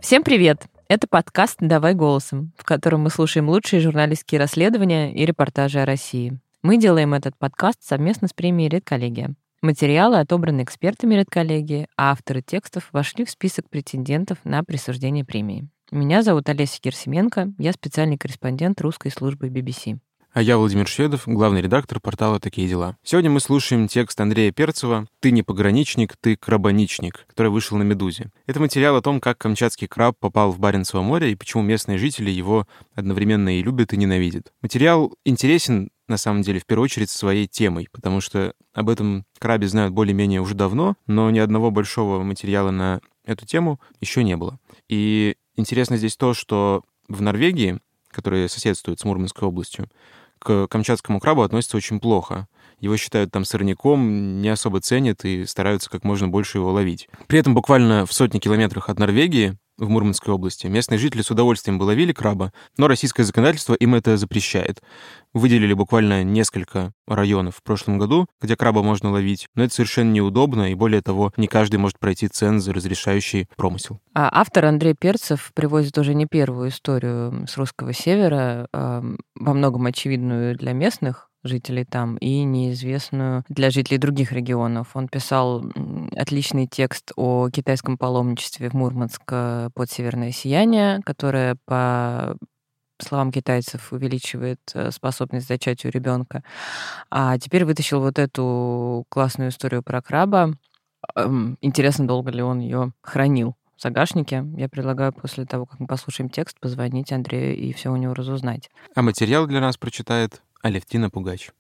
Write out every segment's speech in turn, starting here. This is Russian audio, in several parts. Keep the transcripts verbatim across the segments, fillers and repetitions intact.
Всем привет! Это подкаст «Давай голосом», в котором мы слушаем лучшие журналистские расследования и репортажи о России. Мы делаем этот подкаст совместно с премией «Редколлегия». Материалы отобраны экспертами «Редколлегии», а авторы текстов вошли в список претендентов на присуждение премии. Меня зовут Олеся Герсименко, я специальный корреспондент русской службы би би си. А я Владимир Шведов, главный редактор портала «Такие дела». Сегодня мы слушаем текст Андрея Перцева «Ты не пограничник, ты крабоничник», который вышел на «Медузе». Это материал о том, как камчатский краб попал в Баренцево море и почему местные жители его одновременно и любят, и ненавидят. Материал интересен, на самом деле, в первую очередь своей темой, потому что об этом крабе знают более-менее уже давно, но ни одного большого материала на эту тему еще не было. И интересно здесь то, что в Норвегии, которая соседствует с Мурманской областью, к камчатскому крабу относятся очень плохо. Его считают там сорняком, не особо ценят и стараются как можно больше его ловить. При этом буквально в сотни километрах от Норвегии, в Мурманской области, местные жители с удовольствием бы ловили краба, но российское законодательство им это запрещает. Выделили буквально несколько районов в прошлом году, где краба можно ловить, но это совершенно неудобно, и более того, не каждый может пройти ценз, разрешающий промысел. А автор Андрей Перцев приводит уже не первую историю с русского севера, э, во многом очевидную для местных жителей там и неизвестную для жителей других регионов. Он писал отличный текст о китайском паломничестве в Мурманск под северное сияние, которое, по словам китайцев, увеличивает способность к зачатию ребенка. А теперь вытащил вот эту классную историю про краба. Интересно, долго ли он ее хранил в загашнике. Я предлагаю после того, как мы послушаем текст, позвонить Андрею и все у него разузнать. А материал для нас прочитает Алевтина Пугач.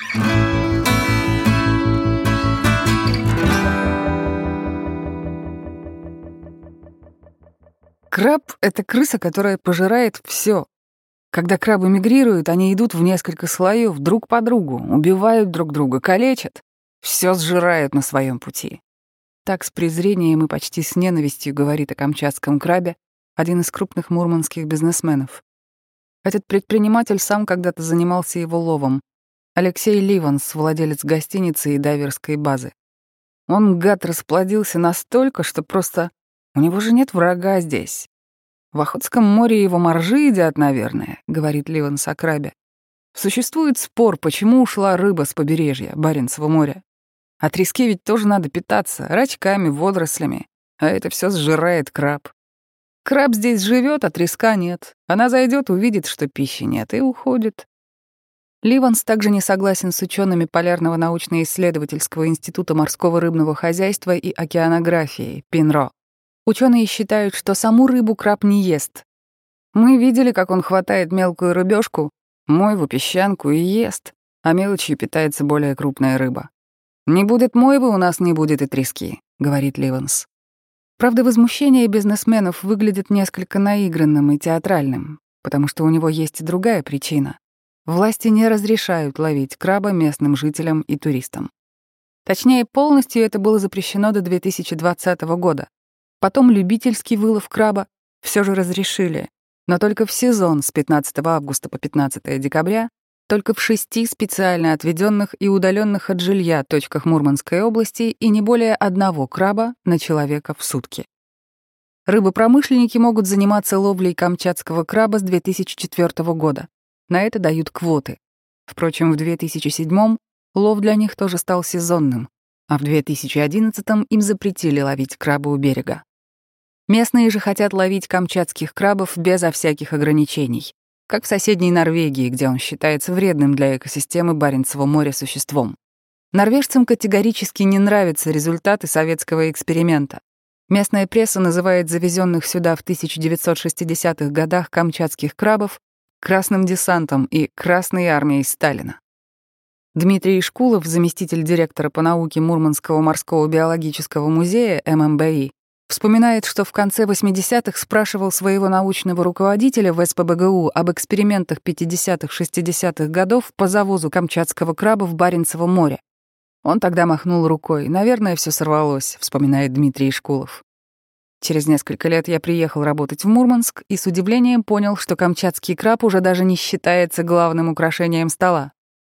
Краб — это крыса, которая пожирает все. Когда крабы мигрируют, они идут в несколько слоев друг по другу, убивают друг друга, калечат, все сжирают на своем пути. Так с презрением и почти с ненавистью говорит о камчатском крабе один из крупных мурманских бизнесменов. Этот предприниматель сам когда-то занимался его ловом. Алексей Ливанс, владелец гостиницы и дайверской базы. Он, гад, расплодился настолько, что просто у него же нет врага здесь. В Охотском море его моржи едят, наверное, говорит Ливанс о крабе. Существует спор, почему ушла рыба с побережья Баренцева моря. От трески ведь тоже надо питаться, рачками, водорослями, а это все сжирает краб. Краб здесь живет, а треска нет. Она зайдет, увидит, что пищи нет, и уходит. Ливанс также не согласен с учеными Полярного научно-исследовательского института морского рыбного хозяйства и океанографии, ПИНРО. Ученые считают, что саму рыбу краб не ест. Мы видели, как он хватает мелкую рыбешку, мойву, песчанку и ест, а мелочью питается более крупная рыба. «Не будет мойвы, у нас не будет и трески», — говорит Ливанс. Правда, возмущение бизнесменов выглядит несколько наигранным и театральным, потому что у него есть и другая причина. Власти не разрешают ловить краба местным жителям и туристам. Точнее, полностью это было запрещено до две тысячи двадцатого года. Потом любительский вылов краба все же разрешили, но только в сезон с пятнадцатого августа по пятнадцатое декабря, только в шести специально отведенных и удаленных от жилья точках Мурманской области и не более одного краба на человека в сутки. Рыбопромышленники могут заниматься ловлей камчатского краба с две тысячи четвёртого года. На это дают квоты. Впрочем, в две тысячи седьмом лов для них тоже стал сезонным, а в две тысячи одиннадцатом им запретили ловить краба у берега. Местные же хотят ловить камчатских крабов безо всяких ограничений, как в соседней Норвегии, где он считается вредным для экосистемы Баренцева моря существом. Норвежцам категорически не нравятся результаты советского эксперимента. Местная пресса называет завезенных сюда в тысяча девятьсот шестидесятых годах камчатских крабов красным десантом и Красной армией Сталина. Дмитрий Шкулов, заместитель директора по науке Мурманского морского биологического музея эм эм бэ и, вспоминает, что в конце восьмидесятых спрашивал своего научного руководителя в эс пэ бэ гэ у об экспериментах пятидесятых-шестидесятых годов по завозу камчатского краба в Баренцево море. Он тогда махнул рукой. «Наверное, все сорвалось», — вспоминает Дмитрий Шкулов. Через несколько лет я приехал работать в Мурманск и с удивлением понял, что камчатский краб уже даже не считается главным украшением стола.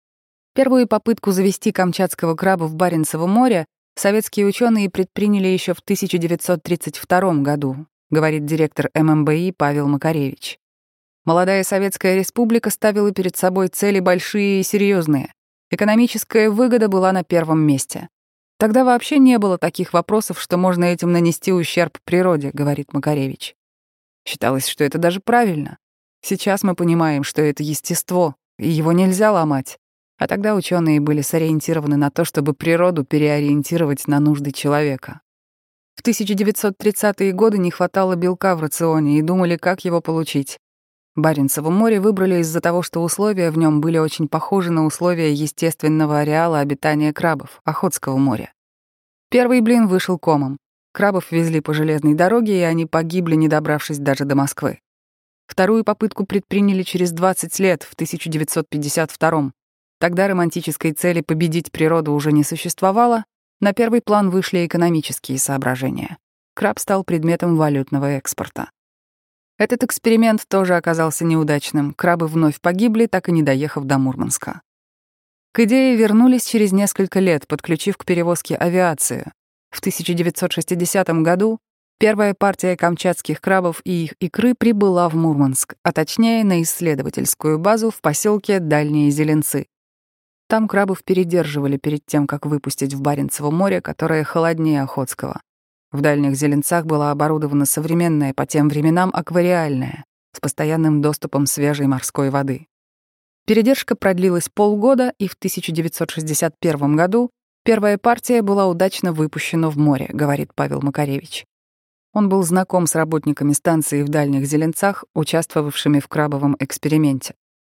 Первую попытку завести камчатского краба в Баренцево море советские ученые предприняли еще в тысяча девятьсот тридцать втором году, говорит директор эм эм бэ и Павел Макаревич. Молодая Советская Республика ставила перед собой цели большие и серьезные. Экономическая выгода была на первом месте. Тогда вообще не было таких вопросов, что можно этим нанести ущерб природе, говорит Макаревич. Считалось, что это даже правильно. Сейчас мы понимаем, что это естество, и его нельзя ломать. А тогда ученые были сориентированы на то, чтобы природу переориентировать на нужды человека. В тысяча девятьсот тридцатые годы не хватало белка в рационе и думали, как его получить. Баренцево море выбрали из-за того, что условия в нем были очень похожи на условия естественного ареала обитания крабов, Охотского моря. Первый блин вышел комом. Крабов везли по железной дороге, и они погибли, не добравшись даже до Москвы. Вторую попытку предприняли через двадцать лет, в тысяча девятьсот пятьдесят втором. Тогда романтической цели победить природу уже не существовало, на первый план вышли экономические соображения. Краб стал предметом валютного экспорта. Этот эксперимент тоже оказался неудачным. Крабы вновь погибли, так и не доехав до Мурманска. К идее вернулись через несколько лет, подключив к перевозке авиацию. В тысяча девятьсот шестидесятом году первая партия камчатских крабов и их икры прибыла в Мурманск, а точнее на исследовательскую базу в поселке Дальние Зеленцы. Там крабов передерживали перед тем, как выпустить в Баренцево море, которое холоднее Охотского. В Дальних Зеленцах была оборудована современная по тем временам аквариальная, с постоянным доступом свежей морской воды. Передержка продлилась полгода, и в тысяча девятьсот шестьдесят первом году первая партия была удачно выпущена в море, говорит Павел Макаревич. Он был знаком с работниками станции в Дальних Зеленцах, участвовавшими в крабовом эксперименте.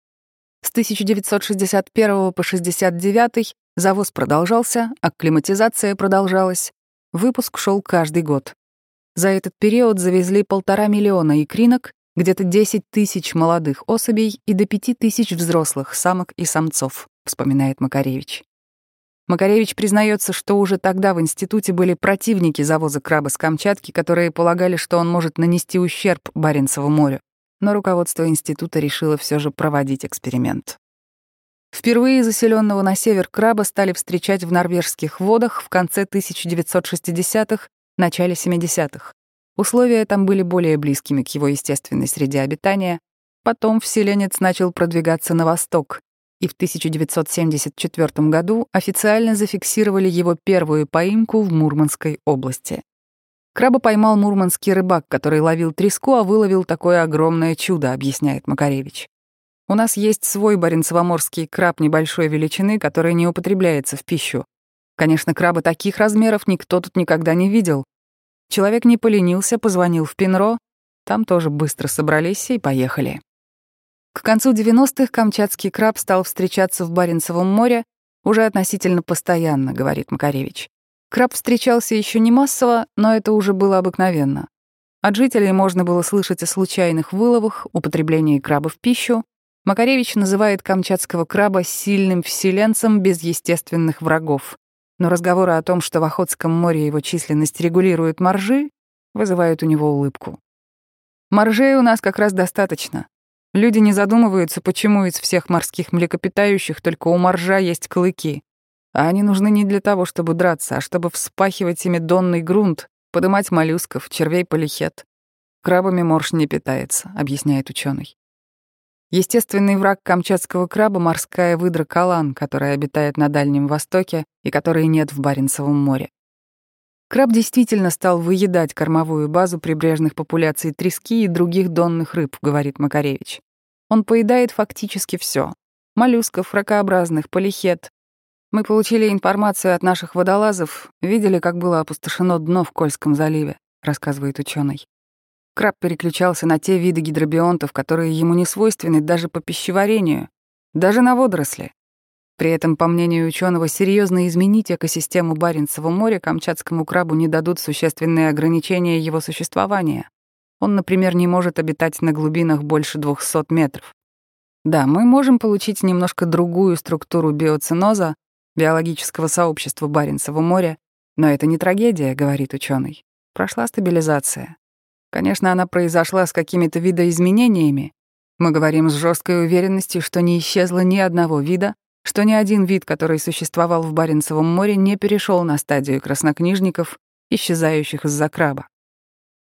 С тысяча девятьсот шестьдесят первого по шестьдесят девятый завоз продолжался, акклиматизация продолжалась. Выпуск шел каждый год. За этот период завезли полтора миллиона икринок, где-то десять тысяч молодых особей и до пяти тысяч взрослых самок и самцов, вспоминает Макаревич. Макаревич признается, что уже тогда в институте были противники завоза краба с Камчатки, которые полагали, что он может нанести ущерб Баренцеву морю. Но руководство института решило все же проводить эксперимент. Впервые заселенного на север краба стали встречать в норвежских водах в конце тысяча девятьсот шестидесятых, начале семидесятых. Условия там были более близкими к его естественной среде обитания. Потом вселенец начал продвигаться на восток, и в тысяча девятьсот семьдесят четвёртом году официально зафиксировали его первую поимку в Мурманской области. Краба поймал мурманский рыбак, который ловил треску, а выловил такое огромное чудо, объясняет Макаревич. У нас есть свой баренцево-морский краб небольшой величины, который не употребляется в пищу. Конечно, краба таких размеров никто тут никогда не видел. Человек не поленился, позвонил в Пинро. Там тоже быстро собрались и поехали. К концу девяностых камчатский краб стал встречаться в Баренцевом море уже относительно постоянно, говорит Макаревич. Краб встречался еще не массово, но это уже было обыкновенно. От жителей можно было слышать о случайных выловах, употреблении краба в пищу. Макаревич называет камчатского краба сильным вселенцем без естественных врагов. Но разговоры о том, что в Охотском море его численность регулирует моржи, вызывают у него улыбку. Моржей у нас как раз достаточно. Люди не задумываются, почему из всех морских млекопитающих только у моржа есть клыки. А они нужны не для того, чтобы драться, а чтобы вспахивать ими донный грунт, подымать моллюсков, червей-полихет. Крабами морж не питается, объясняет ученый. Естественный враг камчатского краба — морская выдра калан, которая обитает на Дальнем Востоке и которой нет в Баренцевом море. Краб действительно стал выедать кормовую базу прибрежных популяций трески и других донных рыб, говорит Макаревич. Он поедает фактически все: моллюсков, ракообразных, полихет. Мы получили информацию от наших водолазов, видели, как было опустошено дно в Кольском заливе, рассказывает ученый. Краб переключался на те виды гидробионтов, которые ему не свойственны даже по пищеварению, даже на водоросли. При этом, по мнению ученого, серьезно изменить экосистему Баренцева моря камчатскому крабу не дадут существенные ограничения его существования. Он, например, не может обитать на глубинах больше двухсот метров. Да, мы можем получить немножко другую структуру биоценоза, биологического сообщества Баренцева моря, но это не трагедия, говорит ученый. Прошла стабилизация. Конечно, она произошла с какими-то видоизменениями. Мы говорим с жесткой уверенностью, что не исчезло ни одного вида, что ни один вид, который существовал в Баренцевом море, не перешел на стадию краснокнижников, исчезающих из-за краба.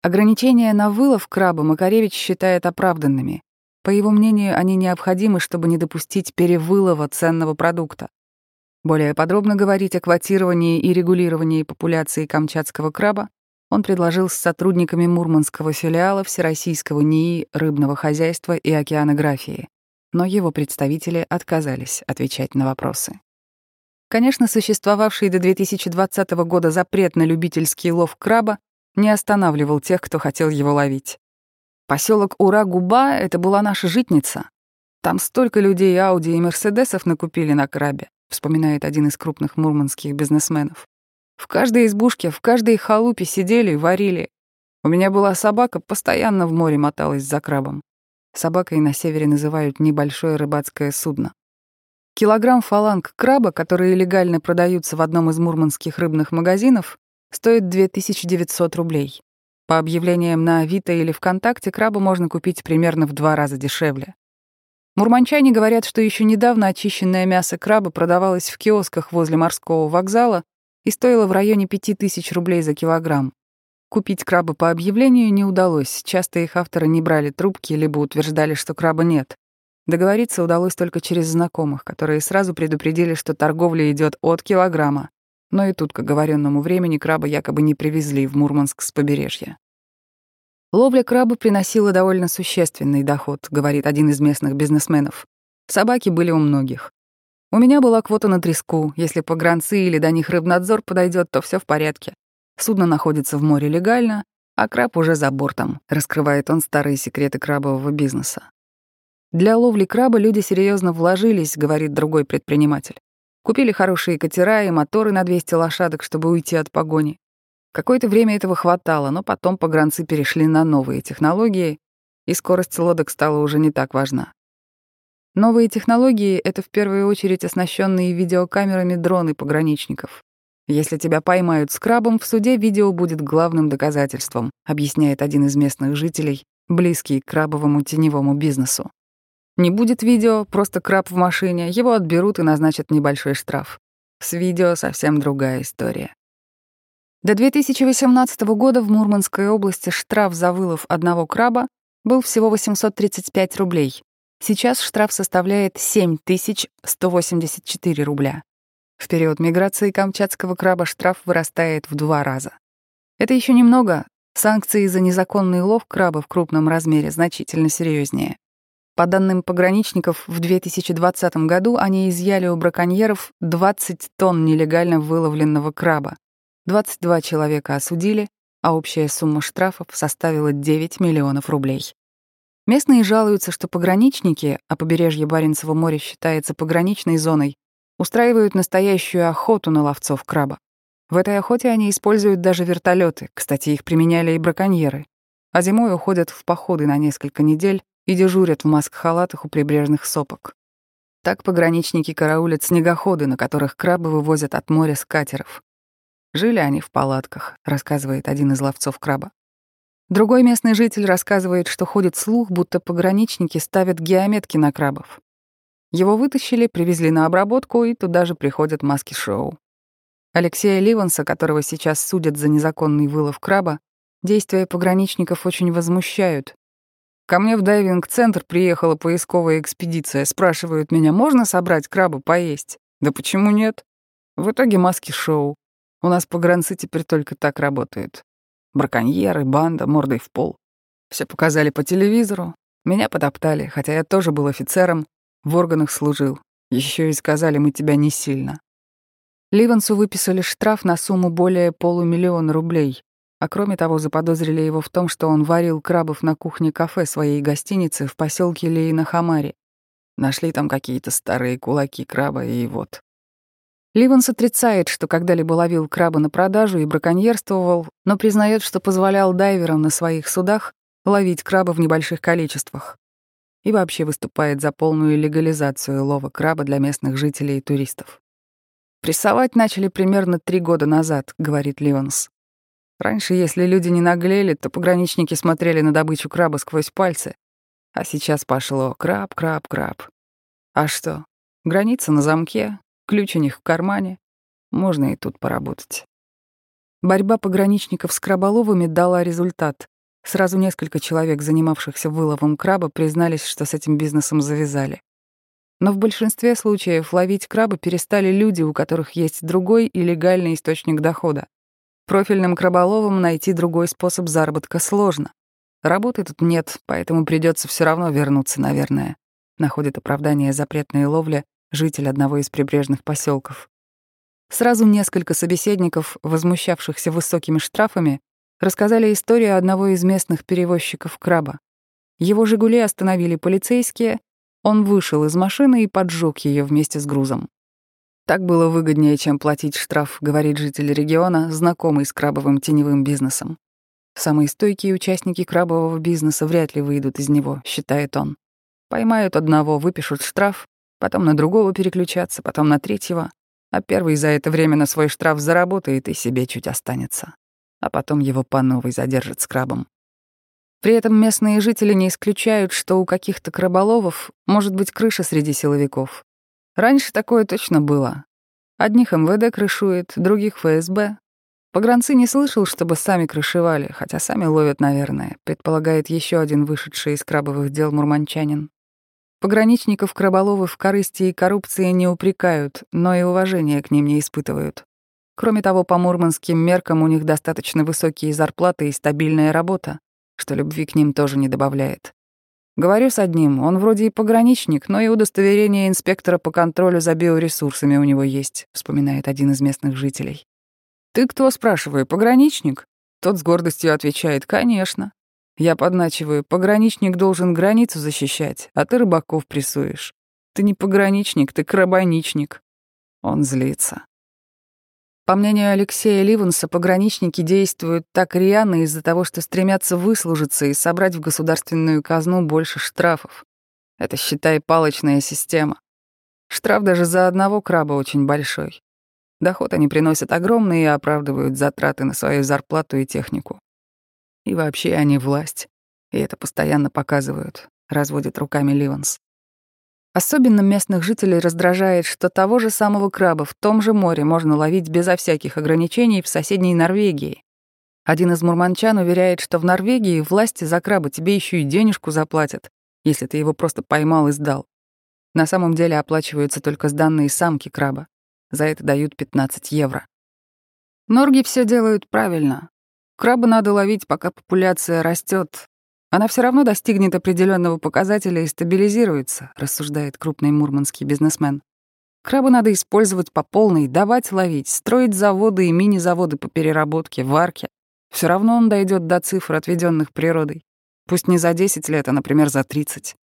Ограничения на вылов краба Макаревич считает оправданными. По его мнению, они необходимы, чтобы не допустить перевылова ценного продукта. Более подробно говорить о квотировании и регулировании популяции камчатского краба он предложил с сотрудниками мурманского филиала Всероссийского НИИ рыбного хозяйства и океанографии, но его представители отказались отвечать на вопросы. Конечно, существовавший до две тысячи двадцатого года запрет на любительский лов краба не останавливал тех, кто хотел его ловить. Поселок Ура-Губа — это была наша житница. Там столько людей Ауди и Мерседесов накупили на крабе, вспоминает один из крупных мурманских бизнесменов. В каждой избушке, в каждой халупе сидели, варили. У меня была собака, постоянно в море моталась за крабом. Собакой на севере называют небольшое рыбацкое судно. Килограмм фаланг краба, которые легально продаются в одном из мурманских рыбных магазинов, стоит две тысячи девятьсот рублей. По объявлениям на Авито или ВКонтакте краба можно купить примерно в два раза дешевле. Мурманчане говорят, что еще недавно очищенное мясо краба продавалось в киосках возле морского вокзала и стоило в районе пяти тысяч рублей за килограмм. Купить краба по объявлению не удалось, часто их авторы не брали трубки либо утверждали, что краба нет. Договориться удалось только через знакомых, которые сразу предупредили, что торговля идет от килограмма. Но и тут к оговоренному времени краба якобы не привезли в Мурманск с побережья. Ловля краба приносила довольно существенный доход, говорит один из местных бизнесменов. Собаки были у многих. У меня была квота на треску. Если погранцы или до них рыбнадзор подойдет, то все в порядке. Судно находится в море легально, а краб уже за бортом, раскрывает он старые секреты крабового бизнеса. Для ловли краба люди серьезно вложились, говорит другой предприниматель. Купили хорошие катера и моторы на двести лошадок, чтобы уйти от погони. Какое-то время этого хватало, но потом погранцы перешли на новые технологии, и скорость лодок стала уже не так важна. Новые технологии — это в первую очередь оснащенные видеокамерами дроны пограничников. Если тебя поймают с крабом, в суде видео будет главным доказательством, объясняет один из местных жителей, близкий к крабовому теневому бизнесу. Не будет видео, просто краб в машине, его отберут и назначат небольшой штраф. С видео совсем другая история. До две тысячи восемнадцатого года в Мурманской области штраф за вылов одного краба был всего восемьсот тридцать пять рублей. Сейчас штраф составляет семь тысяч сто восемьдесят четыре рубля. В период миграции камчатского краба штраф вырастает в два раза. Это еще немного. Санкции за незаконный лов краба в крупном размере значительно серьезнее. По данным пограничников, в две тысячи двадцатом году они изъяли у браконьеров двадцать тонн нелегально выловленного краба. двадцать два человека осудили, а общая сумма штрафов составила девять миллионов рублей. Местные жалуются, что пограничники, а побережье Баренцева моря считается пограничной зоной, устраивают настоящую охоту на ловцов краба. В этой охоте они используют даже вертолеты, кстати, их применяли и браконьеры, а зимой уходят в походы на несколько недель и дежурят в маск-халатах у прибрежных сопок. Так пограничники караулят снегоходы, на которых крабы вывозят от моря с катеров. Жили они в палатках, рассказывает один из ловцов краба. Другой местный житель рассказывает, что ходит слух, будто пограничники ставят геометки на крабов. Его вытащили, привезли на обработку, и туда же приходят маски-шоу. Алексея Ливанса, которого сейчас судят за незаконный вылов краба, действия пограничников очень возмущают. Ко мне в дайвинг-центр приехала поисковая экспедиция. Спрашивают меня, можно собрать краба поесть? Да почему нет? В итоге маски-шоу. У нас погранцы теперь только так работают. Браконьеры, банда, мордой в пол. Все показали по телевизору. Меня потоптали, хотя я тоже был офицером, в органах служил. Еще и сказали, мы тебя не сильно. Ливансу выписали штраф на сумму более полумиллиона рублей. А кроме того, заподозрили его в том, что он варил крабов на кухне кафе своей гостиницы в поселке Лейна-Хамари. Нашли там какие-то старые кулаки краба, и вот. Ливанс отрицает, что когда-либо ловил краба на продажу и браконьерствовал, но признает, что позволял дайверам на своих судах ловить краба в небольших количествах. И вообще выступает за полную легализацию лова краба для местных жителей и туристов. «Прессовать начали примерно три года назад», — говорит Ливанс. «Раньше, если люди не наглели, то пограничники смотрели на добычу краба сквозь пальцы. А сейчас пошло краб, краб, краб. А что? Граница на замке, ключ у них в кармане. Можно и тут поработать». Борьба пограничников с краболовами дала результат. Сразу несколько человек, занимавшихся выловом краба, признались, что с этим бизнесом завязали. Но в большинстве случаев ловить краба перестали люди, у которых есть другой и легальный источник дохода. Профильным краболовам найти другой способ заработка сложно. Работы тут нет, поэтому придется все равно вернуться, наверное. Находит оправдание запретной ловли житель одного из прибрежных поселков. Сразу несколько собеседников, возмущавшихся высокими штрафами, рассказали историю одного из местных перевозчиков краба. Его «Жигули» остановили полицейские, он вышел из машины и поджег ее вместе с грузом. Так было выгоднее, чем платить штраф, говорит житель региона, знакомый с крабовым теневым бизнесом. Самые стойкие участники крабового бизнеса вряд ли выйдут из него, считает он. Поймают одного, выпишут штраф, потом на другого переключаться, потом на третьего, а первый за это время на свой штраф заработает и себе чуть останется. А потом его по новой задержат с крабом. При этом местные жители не исключают, что у каких-то краболовов может быть крыша среди силовиков. Раньше такое точно было. Одних эм вэ дэ крышует, других эф эс бэ. Погранцы не слышал, чтобы сами крышевали, хотя сами ловят, наверное, предполагает еще один вышедший из крабовых дел мурманчанин. Пограничников краболовы в корысти и коррупции не упрекают, но и уважения к ним не испытывают. Кроме того, по мурманским меркам у них достаточно высокие зарплаты и стабильная работа, что любви к ним тоже не добавляет. Говорю с одним, он вроде и пограничник, но и удостоверение инспектора по контролю за биоресурсами у него есть, вспоминает один из местных жителей. «Ты кто?» — спрашиваю, «пограничник?» Тот с гордостью отвечает, «Конечно». Я подначиваю, «Пограничник должен границу защищать, а ты рыбаков прессуешь. Ты не пограничник, ты крабаничник». Он злится. По мнению Алексея Ливенса, пограничники действуют так рьяно из-за того, что стремятся выслужиться и собрать в государственную казну больше штрафов. Это, считай, палочная система. Штраф даже за одного краба очень большой. Доход они приносят огромный и оправдывают затраты на свою зарплату и технику. И вообще они власть, и это постоянно показывают, разводит руками Ливенс. Особенно местных жителей раздражает, что того же самого краба в том же море можно ловить безо всяких ограничений в соседней Норвегии. Один из мурманчан уверяет, что в Норвегии власти за краба тебе еще и денежку заплатят, если ты его просто поймал и сдал. На самом деле оплачиваются только сданные самки краба. За это дают пятнадцать евро. Норги все делают правильно. Краба надо ловить, пока популяция растет. Она все равно достигнет определенного показателя и стабилизируется, рассуждает крупный мурманский бизнесмен. Краба надо использовать по полной, давать ловить, строить заводы и мини-заводы по переработке, варке. Все равно он дойдет до цифр, отведенных природой. Пусть не за десять лет, а, например, за тридцать.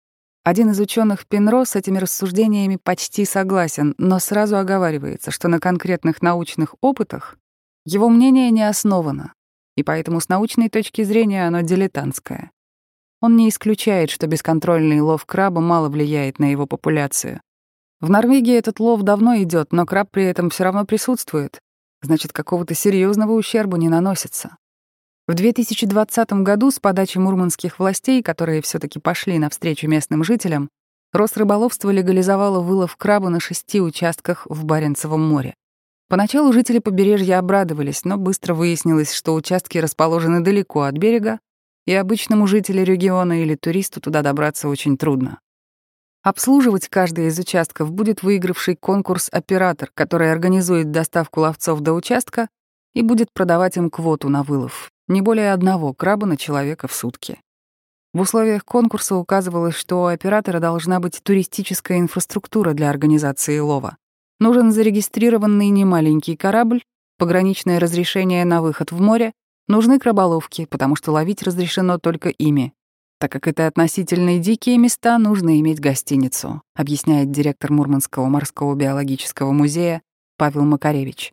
Один из ученых Пинро с этими рассуждениями почти согласен, но сразу оговаривается, что на конкретных научных опытах его мнение не основано, и поэтому с научной точки зрения оно дилетантское. Он не исключает, что бесконтрольный лов краба мало влияет на его популяцию. В Норвегии этот лов давно идет, но краб при этом все равно присутствует, значит, какого-то серьезного ущерба не наносится. В две тысячи двадцатом году с подачи мурманских властей, которые все таки пошли навстречу местным жителям, Росрыболовство легализовало вылов краба на шести участках в Баренцевом море. Поначалу жители побережья обрадовались, но быстро выяснилось, что участки расположены далеко от берега, и обычному жителю региона или туристу туда добраться очень трудно. Обслуживать каждый из участков будет выигравший конкурс оператор, который организует доставку ловцов до участка и будет продавать им квоту на вылов, не более одного краба на человека в сутки. В условиях конкурса указывалось, что у оператора должна быть туристическая инфраструктура для организации лова. Нужен зарегистрированный немаленький корабль, пограничное разрешение на выход в море, нужны краболовки, потому что ловить разрешено только ими. Так как это относительно дикие места, нужно иметь гостиницу, объясняет директор Мурманского морского биологического музея Павел Макаревич.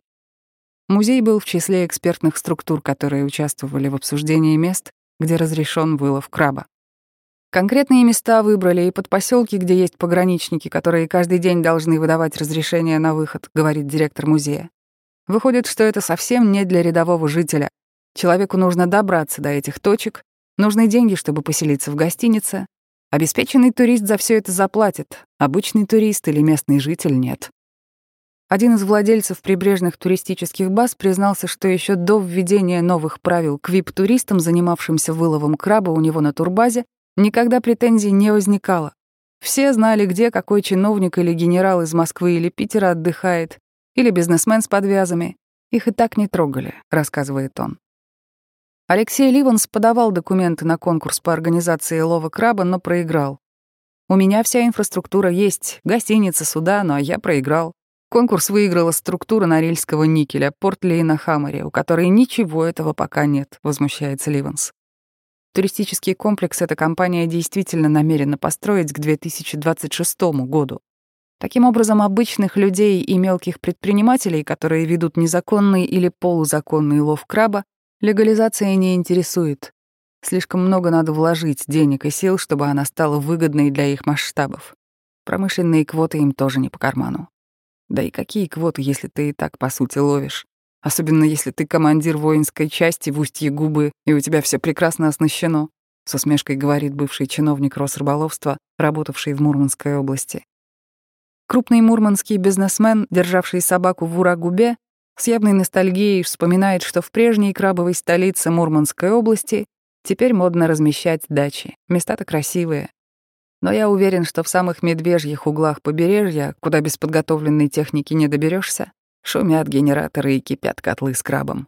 Музей был в числе экспертных структур, которые участвовали в обсуждении мест, где разрешен вылов краба. Конкретные места выбрали и под поселки, где есть пограничники, которые каждый день должны выдавать разрешение на выход, говорит директор музея. Выходит, что это совсем не для рядового жителя. Человеку нужно добраться до этих точек, нужны деньги, чтобы поселиться в гостинице. Обеспеченный турист за все это заплатит, обычный турист или местный житель — нет. Один из владельцев прибрежных туристических баз признался, что еще до введения новых правил к ви ай пи-туристам, занимавшимся выловом краба у него на турбазе, никогда претензий не возникало. Все знали, где какой чиновник или генерал из Москвы или Питера отдыхает, или бизнесмен с подвязами. Их и так не трогали, рассказывает он. Алексей Ливанс подавал документы на конкурс по организации лова краба, но проиграл. «У меня вся инфраструктура есть, гостиница, суда, но я проиграл. Конкурс выиграла структура Норильского никеля, Порт Ли на Хаммере, у которой ничего этого пока нет», — возмущается Ливанс. Туристический комплекс эта компания действительно намерена построить к две тысячи двадцать шестому году. Таким образом, обычных людей и мелких предпринимателей, которые ведут незаконный или полузаконный лов краба, легализация не интересует. Слишком много надо вложить денег и сил, чтобы она стала выгодной для их масштабов. Промышленные квоты им тоже не по карману. Да и какие квоты, если ты и так, по сути, ловишь? Особенно если ты командир воинской части в устье Губы, и у тебя все прекрасно оснащено, с усмешкой говорит бывший чиновник Росрыболовства, работавший в Мурманской области. Крупный мурманский бизнесмен, державший собаку в Ура-Губе, с явной ностальгией вспоминает, что в прежней крабовой столице Мурманской области теперь модно размещать дачи. Места-то красивые. Но я уверен, что в самых медвежьих углах побережья, куда без подготовленной техники не доберешься, шумят генераторы и кипят котлы с крабом.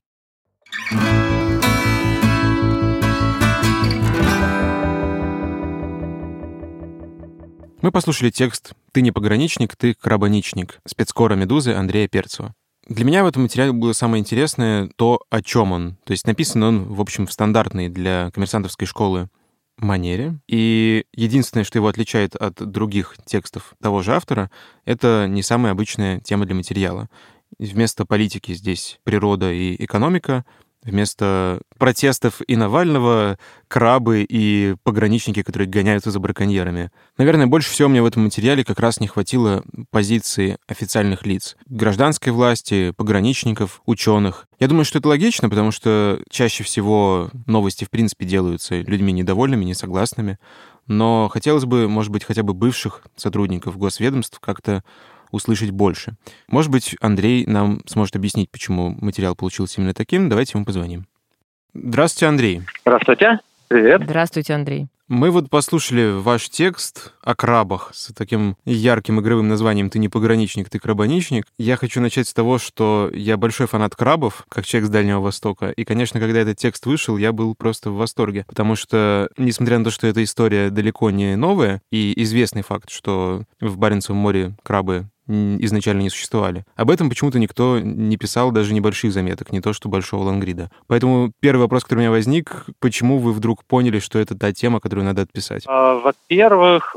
Мы послушали текст «Ты не пограничник, ты крабоничник» спецкора «Медузы» Андрея Перцева. Для меня в этом материале было самое интересное то, о чем он. То есть написан он, в общем, в стандартной для коммерсантовской школы манере. И единственное, что его отличает от других текстов того же автора, это не самая обычная тема для материала. Вместо политики здесь природа и экономика, вместо протестов и Навального — крабы и пограничники, которые гоняются за браконьерами. Наверное, больше всего мне в этом материале как раз не хватило позиции официальных лиц. Гражданской власти, пограничников, ученых. Я думаю, что это логично, потому что чаще всего новости, в принципе, делаются людьми недовольными, несогласными. Но хотелось бы, может быть, хотя бы бывших сотрудников госведомств как-то услышать больше. Может быть, Андрей нам сможет объяснить, почему материал получился именно таким. Давайте ему позвоним. Здравствуйте, Андрей. Здравствуйте. Привет. Здравствуйте, Андрей. Мы вот послушали ваш текст о крабах с таким ярким игровым названием «Ты не пограничник, ты крабоничник». Я хочу начать с того, что я большой фанат крабов, как человек с Дальнего Востока. И, конечно, когда этот текст вышел, я был просто в восторге. Потому что, несмотря на то, что эта история далеко не новая, и известный факт, что в Баренцевом море крабы изначально не существовали. Об этом почему-то никто не писал даже небольших заметок, не то что большого лонгрида. Поэтому первый вопрос, который у меня возник, почему вы вдруг поняли, что это та тема, которую надо отписать? Во-первых,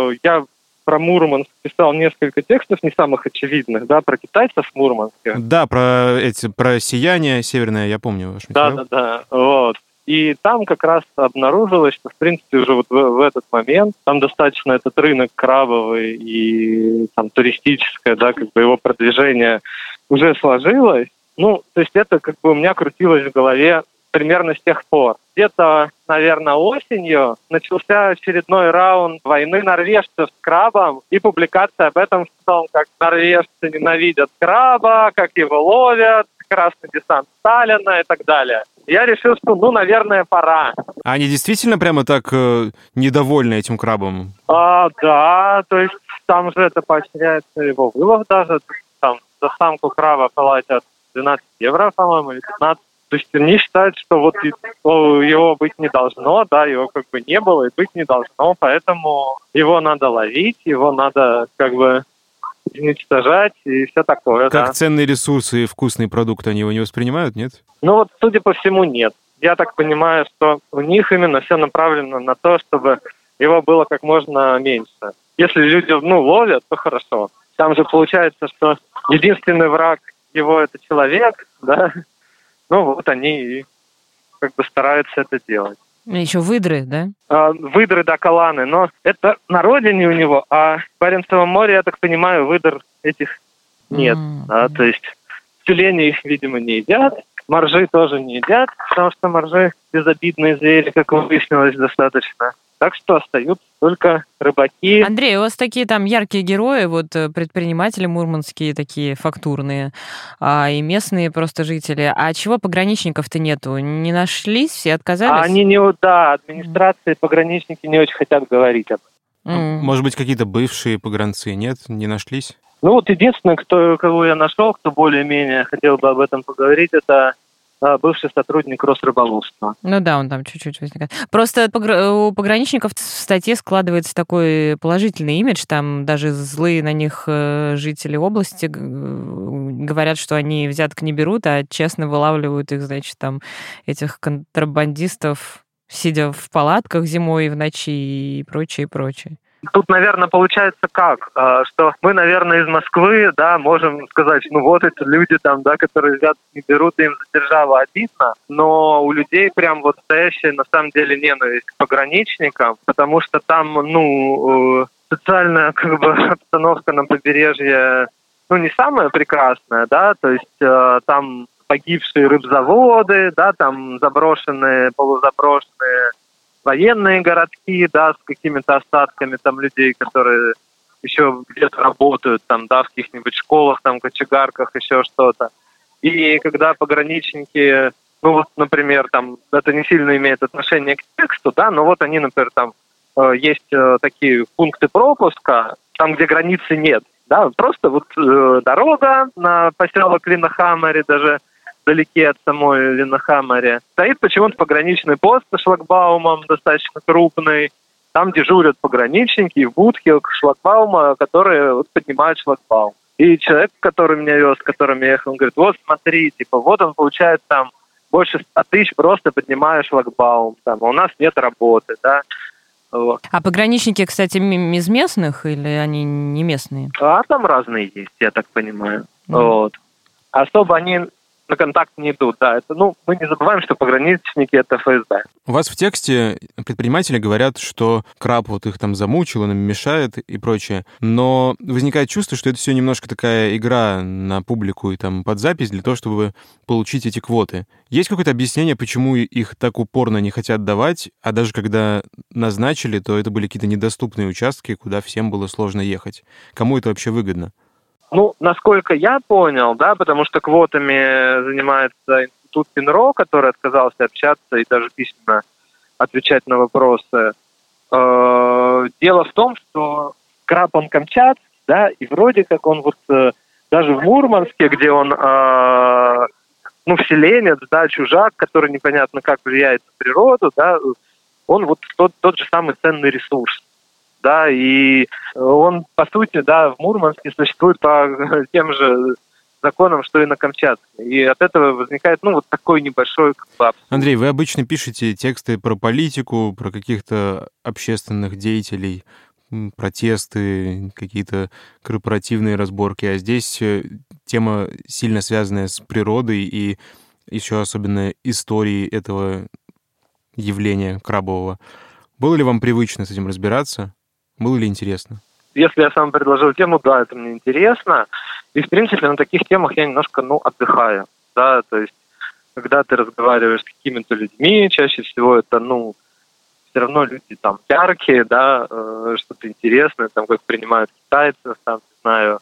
я про Мурманск писал несколько текстов, не самых очевидных, да, про китайцев в Мурманске. Да, про эти, про сияние северное, я помню ваш материал. Да-да-да, вот. И там как раз обнаружилось, что, в принципе, уже вот в, в этот момент там достаточно этот рынок крабовый и там туристическое, да, как бы его продвижение уже сложилось. Ну, то есть это как бы у меня крутилось в голове примерно с тех пор. Где-то, наверное, осенью начался очередной раунд войны норвежцев с крабом и публикация об этом, в том, как норвежцы ненавидят краба, как его ловят, красный десант Сталина и так далее. Я решил, что, ну, наверное, пора. А они действительно прямо так э, недовольны этим крабом? А, да, то есть там же это поощряется его вылов даже. Там за самку краба платят двенадцать евро, по-моему, или пятнадцать. То есть они считают, что вот его быть не должно, да, его как бы не было и быть не должно, поэтому его надо ловить, его надо как бы уничтожать и все такое. Как да. Ценные ресурсы и вкусный продукт они его не воспринимают, нет? Ну вот, судя по всему, нет. Я так понимаю, что у них именно все направлено на то, чтобы его было как можно меньше. Если люди, ну, ловят, то хорошо. Там же получается, что единственный враг его — это человек, да. Ну вот они и как бы стараются это делать. Еще выдры, да? А, выдры, да, каланы. Но это на родине у него, а в Баренцевом море, я так понимаю, выдр этих нет. Mm-hmm. Да, то есть тюлени их, видимо, не едят, моржи тоже не едят, потому что моржи безобидные звери, как выяснилось, достаточно. Так что остаются только рыбаки. Андрей, у вас такие там яркие герои, вот предприниматели мурманские такие фактурные, а, и местные просто жители. А чего пограничников-то нету? Не нашлись? Все отказались? А они не... Да, администрации, пограничники не очень хотят говорить об этом. Mm. Может быть, какие-то бывшие погранцы, нет? Не нашлись? Ну вот единственное, кто, кого я нашел, кто более-менее хотел бы об этом поговорить, это бывший сотрудник Росрыболовства. Ну да, он там чуть-чуть возникает. Просто у пограничников в статье складывается такой положительный имидж, там даже злые на них жители области говорят, что они взяток не берут, а честно вылавливают их, значит, там, этих контрабандистов, сидя в палатках зимой и в ночи и прочее, и прочее. Тут, наверное, получается как, что мы, наверное, из Москвы, да, можем сказать, ну вот эти люди там, да, которые взятки не берут, им за державу обидно, но у людей прям вот настоящая, на самом деле, ненависть к пограничникам, потому что там, ну, социальная, как бы, обстановка на побережье, ну, не самая прекрасная, да, то есть там погибшие рыбзаводы, да, там заброшенные, полузаброшенные военные городки, да, с какими-то остатками там людей, которые еще где-то работают, там, да, в каких-нибудь школах, там, кочегарках, еще что-то. И когда пограничники, ну вот, например, там, это не сильно имеет отношение к тексту, да, но вот они, например, там, э, есть э, такие пункты пропуска, там, где границы нет, да, просто вот э, дорога на поселок Линнехаммере, даже вдалеке от самой Линнехаммере. Стоит почему-то пограничный пост со шлагбаумом, достаточно крупный. Там дежурят пограничники и в будке шлагбаума, которые вот поднимают шлагбаум. И человек, который меня вез, с которым я ехал, он говорит, вот смотри, типа, вот он получает там больше ста тысяч, просто поднимая шлагбаум. Там, а у нас нет работы, да. Вот. А пограничники, кстати, из местных или они не местные? А там разные есть, я так понимаю. Mm. Вот. Особо они на контакт не идут, да. Это, ну, мы не забываем, что пограничники — это эф эс бэ. У вас в тексте предприниматели говорят, что краб вот их там замучил, он им мешает и прочее. Но возникает чувство, что это все немножко такая игра на публику и там под запись для того, чтобы получить эти квоты. Есть какое-то объяснение, почему их так упорно не хотят давать, а даже когда назначили, то это были какие-то недоступные участки, куда всем было сложно ехать? Кому это вообще выгодно? Ну, насколько я понял, да, потому что квотами занимается институт Пинро, который отказался общаться и даже письменно отвечать на вопросы. Э-э- дело в том, что краб он камчатский, да, и вроде как он вот э- даже в Мурманске, где он, э- ну, вселенец, да, чужак, который непонятно как влияет на природу, да, он вот тот, тот же самый ценный ресурс. Да, и он, по сути, да, в Мурманске существует по тем же законам, что и на Камчатке. И от этого возникает, ну, вот такой небольшой абсурд. Андрей, вы обычно пишете тексты про политику, про каких-то общественных деятелей, протесты, какие-то корпоративные разборки, а здесь тема сильно связанная с природой и еще особенно историей этого явления крабового. Было ли вам привычно с этим разбираться? Было ли интересно? Если я сам предложил тему, да, это мне интересно. И, в принципе, на таких темах я немножко, ну, отдыхаю. Да, то есть, когда ты разговариваешь с какими-то людьми, чаще всего это, ну, все равно люди там яркие, да, э, что-то интересное, там, как принимают китайцев, там, не знаю,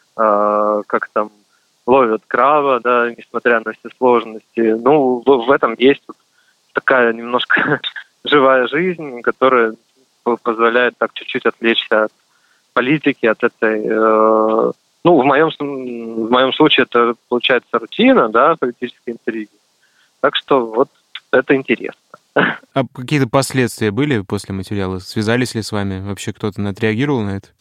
э, как там ловят краба, да, несмотря на все сложности. Ну, в, в этом есть вот такая немножко живая жизнь, которая позволяет так чуть-чуть отвлечься от политики, от этой... Э, ну, в моем, в моем случае это получается рутина, да, политической интриги. Так что вот это интересно. А какие-то последствия были после материала? Связались ли с вами? Вообще кто-то отреагировал на это?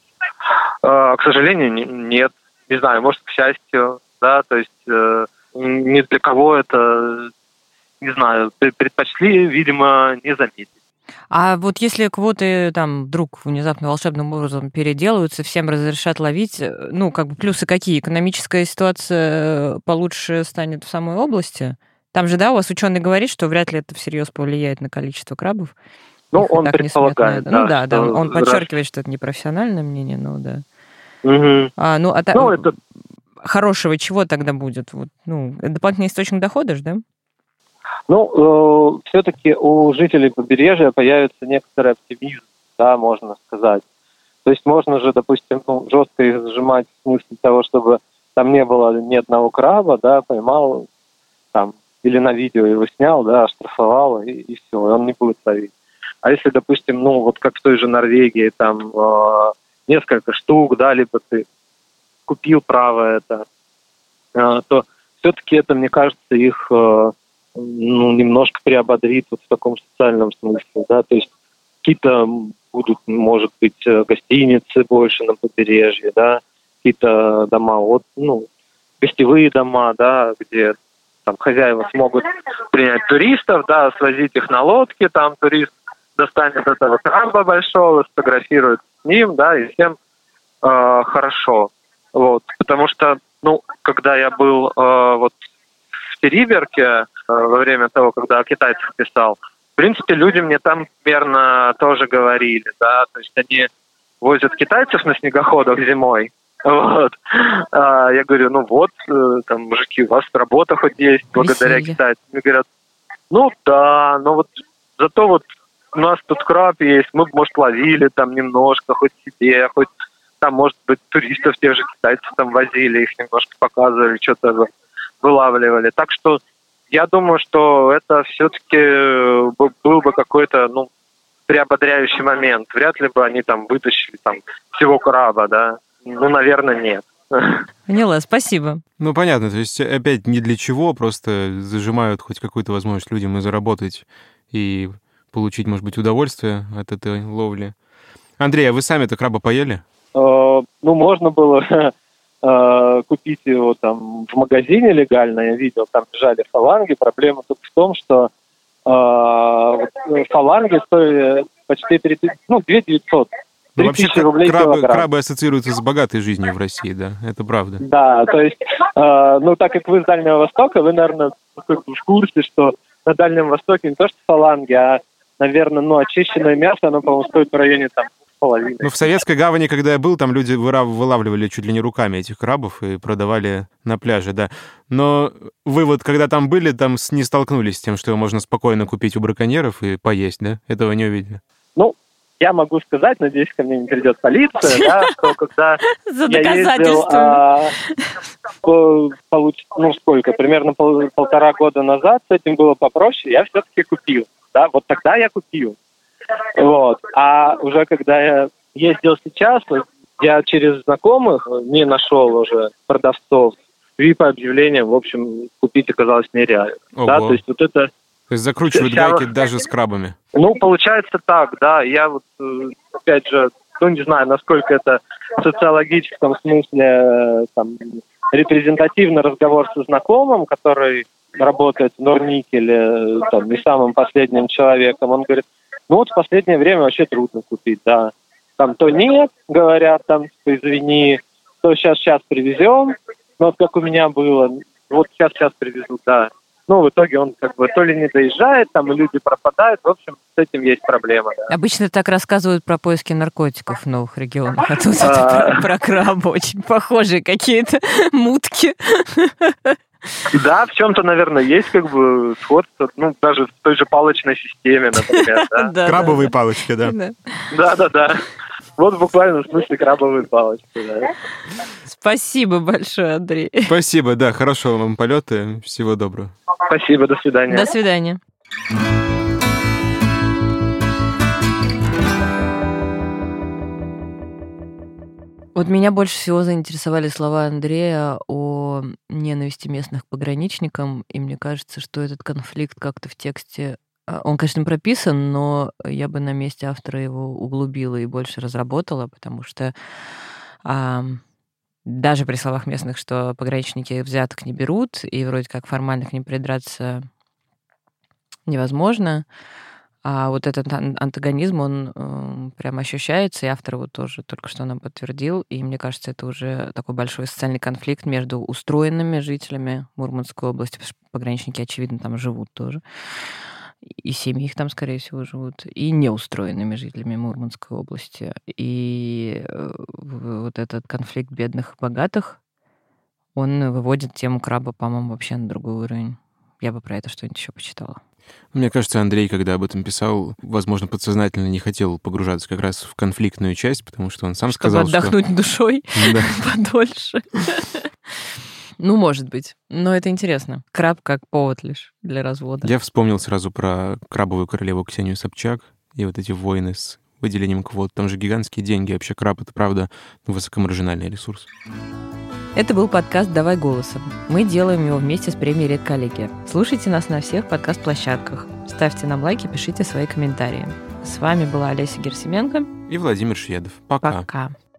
Э, к сожалению, не, нет. Не знаю, может, к счастью, да, то есть э, ни для кого это, не знаю, предпочли, видимо, не заметить. А вот если квоты там вдруг внезапно волшебным образом переделаются, всем разрешат ловить, ну, как бы плюсы какие? Экономическая ситуация получше станет в самой области? Там же, да, у вас ученый говорит, что вряд ли это всерьез повлияет на количество крабов. Ну, он предполагает, да. Ну, да, да, он, он раз... подчеркивает, что это не профессиональное мнение, но да. Угу. А, ну, а та... ну, это... хорошего чего тогда будет? Вот, ну, дополнительный источник дохода же, да? Ну, э, все-таки у жителей побережья появится некоторый оптимизм, да, можно сказать. То есть можно же, допустим, ну, жестко их сжимать в смысле того, чтобы там не было ни одного краба, да, поймал там, или на видео его снял, да, оштрафовал, и, и все, и он не будет ловить. А если, допустим, ну, вот как в той же Норвегии, там э, несколько штук, да, либо ты купил право это, э, то все-таки это, мне кажется, их э, ну, немножко приободрит вот в таком социальном смысле, да, то есть какие-то будут, может быть, гостиницы больше на побережье, да, какие-то дома, вот, ну, гостевые дома, да, где там хозяева смогут принять туристов, да, свозить их на лодке, там турист достанет этого краба большого, сфотографирует с ним, да, и всем э, хорошо, вот, потому что, ну, когда я был э, вот в Териберке э, во время того, когда о китайцах писал, в принципе, люди мне там примерно тоже говорили, да, то есть они возят китайцев на снегоходах зимой, вот. А, я говорю, ну вот, там, мужики, у вас работа хоть есть благодаря Веселье. китайцам. Мне говорят, ну да, но вот зато вот у нас тут краб есть, мы, может, ловили там немножко, хоть себе, хоть там, может быть, туристов тех же китайцев там возили, их немножко показывали, что-то вылавливали. Так что я думаю, что это все-таки был бы какой-то, ну, приободряющий момент. Вряд ли бы они там вытащили там всего краба, да. Ну, наверное, нет. Поняла, спасибо. Ну, понятно, то есть опять ни для чего, просто зажимают хоть какую-то возможность людям и заработать, и получить, может быть, удовольствие от этой ловли. Андрей, а вы сами-то краба поели? Ну, можно было купить его там в магазине легально, я видел, там лежали фаланги. Проблема только в том, что фаланги стоили почти три тысячи, ну, две тысячи девятьсот. Ну, вообще рублей крабы, килограмм. крабы ассоциируются с богатой жизнью в России, да, это правда. Да, то есть, э, ну, так как вы с Дальнего Востока, вы, наверное, в курсе, что на Дальнем Востоке не то что фаланги, а, наверное, ну, очищенное мясо, оно, по-моему, стоит в районе там половины. Ну, в Советской Гавани, когда я был, там люди выра- вылавливали чуть ли не руками этих крабов и продавали на пляже, да. Но вы вот, когда там были, там с- не столкнулись с тем, что его можно спокойно купить у браконьеров и поесть, да? Этого не увидели? Ну, я могу сказать, надеюсь, ко мне не придет полиция, да, что когда За я ездил, доказательствами. а, по- получ- ну, сколько, примерно пол- полтора года назад с этим было попроще, я все-таки купил, да, вот тогда я купил, вот, а уже когда я ездил сейчас, я через знакомых не нашел уже продавцов, и по объявлениям, в общем, купить оказалось нереально, да, Ого. то есть вот это. То есть закручивают Вся- гайки даже с крабами. Ну, получается так, да. Я вот, э, опять же, ну, не знаю, насколько это в социологическом смысле э, там, репрезентативный разговор со знакомым, который работает в Норникеле, э, там, не самым последним человеком. Он говорит, ну вот в последнее время вообще трудно купить, да. Там то нет, говорят, там, типа, извини, то сейчас-сейчас привезем. Ну, вот как у меня было, вот сейчас-сейчас привезут, да. Ну, в итоге он как бы то ли не доезжает, там и люди пропадают. В общем, с этим есть проблема, да. Обычно так рассказывают про поиски наркотиков в новых регионах, а тут А. это про, про краба очень похожие какие-то мутки. Да, в чем-то, наверное, есть как бы сходство, ну, даже в той же палочной системе, например, да. Да, Крабовые да, палочки, да. да. Да-да-да. Вот буквально в смысле крабовые палочки, да. Спасибо большое, Андрей. Спасибо, да, хорошего вам полета, всего доброго. Спасибо, до свидания. До свидания. Вот меня больше всего заинтересовали слова Андрея о ненависти местных к пограничникам, и мне кажется, что этот конфликт как-то в тексте, а, он, конечно, прописан, но я бы на месте автора его углубила и больше разработала, потому что а, даже при словах местных, что пограничники взяток не берут, и вроде как формально к ним придраться невозможно, а вот этот ан- антагонизм, он э, прям ощущается, и автор его тоже только что нам подтвердил, и мне кажется, это уже такой большой социальный конфликт между устроенными жителями Мурманской области, потому что пограничники, очевидно, там живут тоже, и семьи их там, скорее всего, живут, и неустроенными жителями Мурманской области. И э, в- вот этот конфликт бедных и богатых, он выводит тему краба, по-моему, вообще на другой уровень. я бы про это что-нибудь еще почитала. Мне кажется, Андрей, когда об этом писал, возможно, подсознательно не хотел погружаться как раз в конфликтную часть, потому что он сам Чтобы сказал, отдохнуть что... душой подольше. Ну, может быть. Но это интересно. Краб как повод лишь для развода. Я вспомнил сразу про крабовую королеву Ксению Собчак и вот эти войны с выделением квот. Там же гигантские деньги. Вообще краб — это, правда, высокомаржинальный ресурс. Это был подкаст «Давай голосом». Мы делаем его вместе с премией «Редколлегия». Слушайте нас на всех подкаст-площадках. Ставьте нам лайки, пишите свои комментарии. С вами была Олеся Герсименко И Владимир Шведов. Пока. Пока.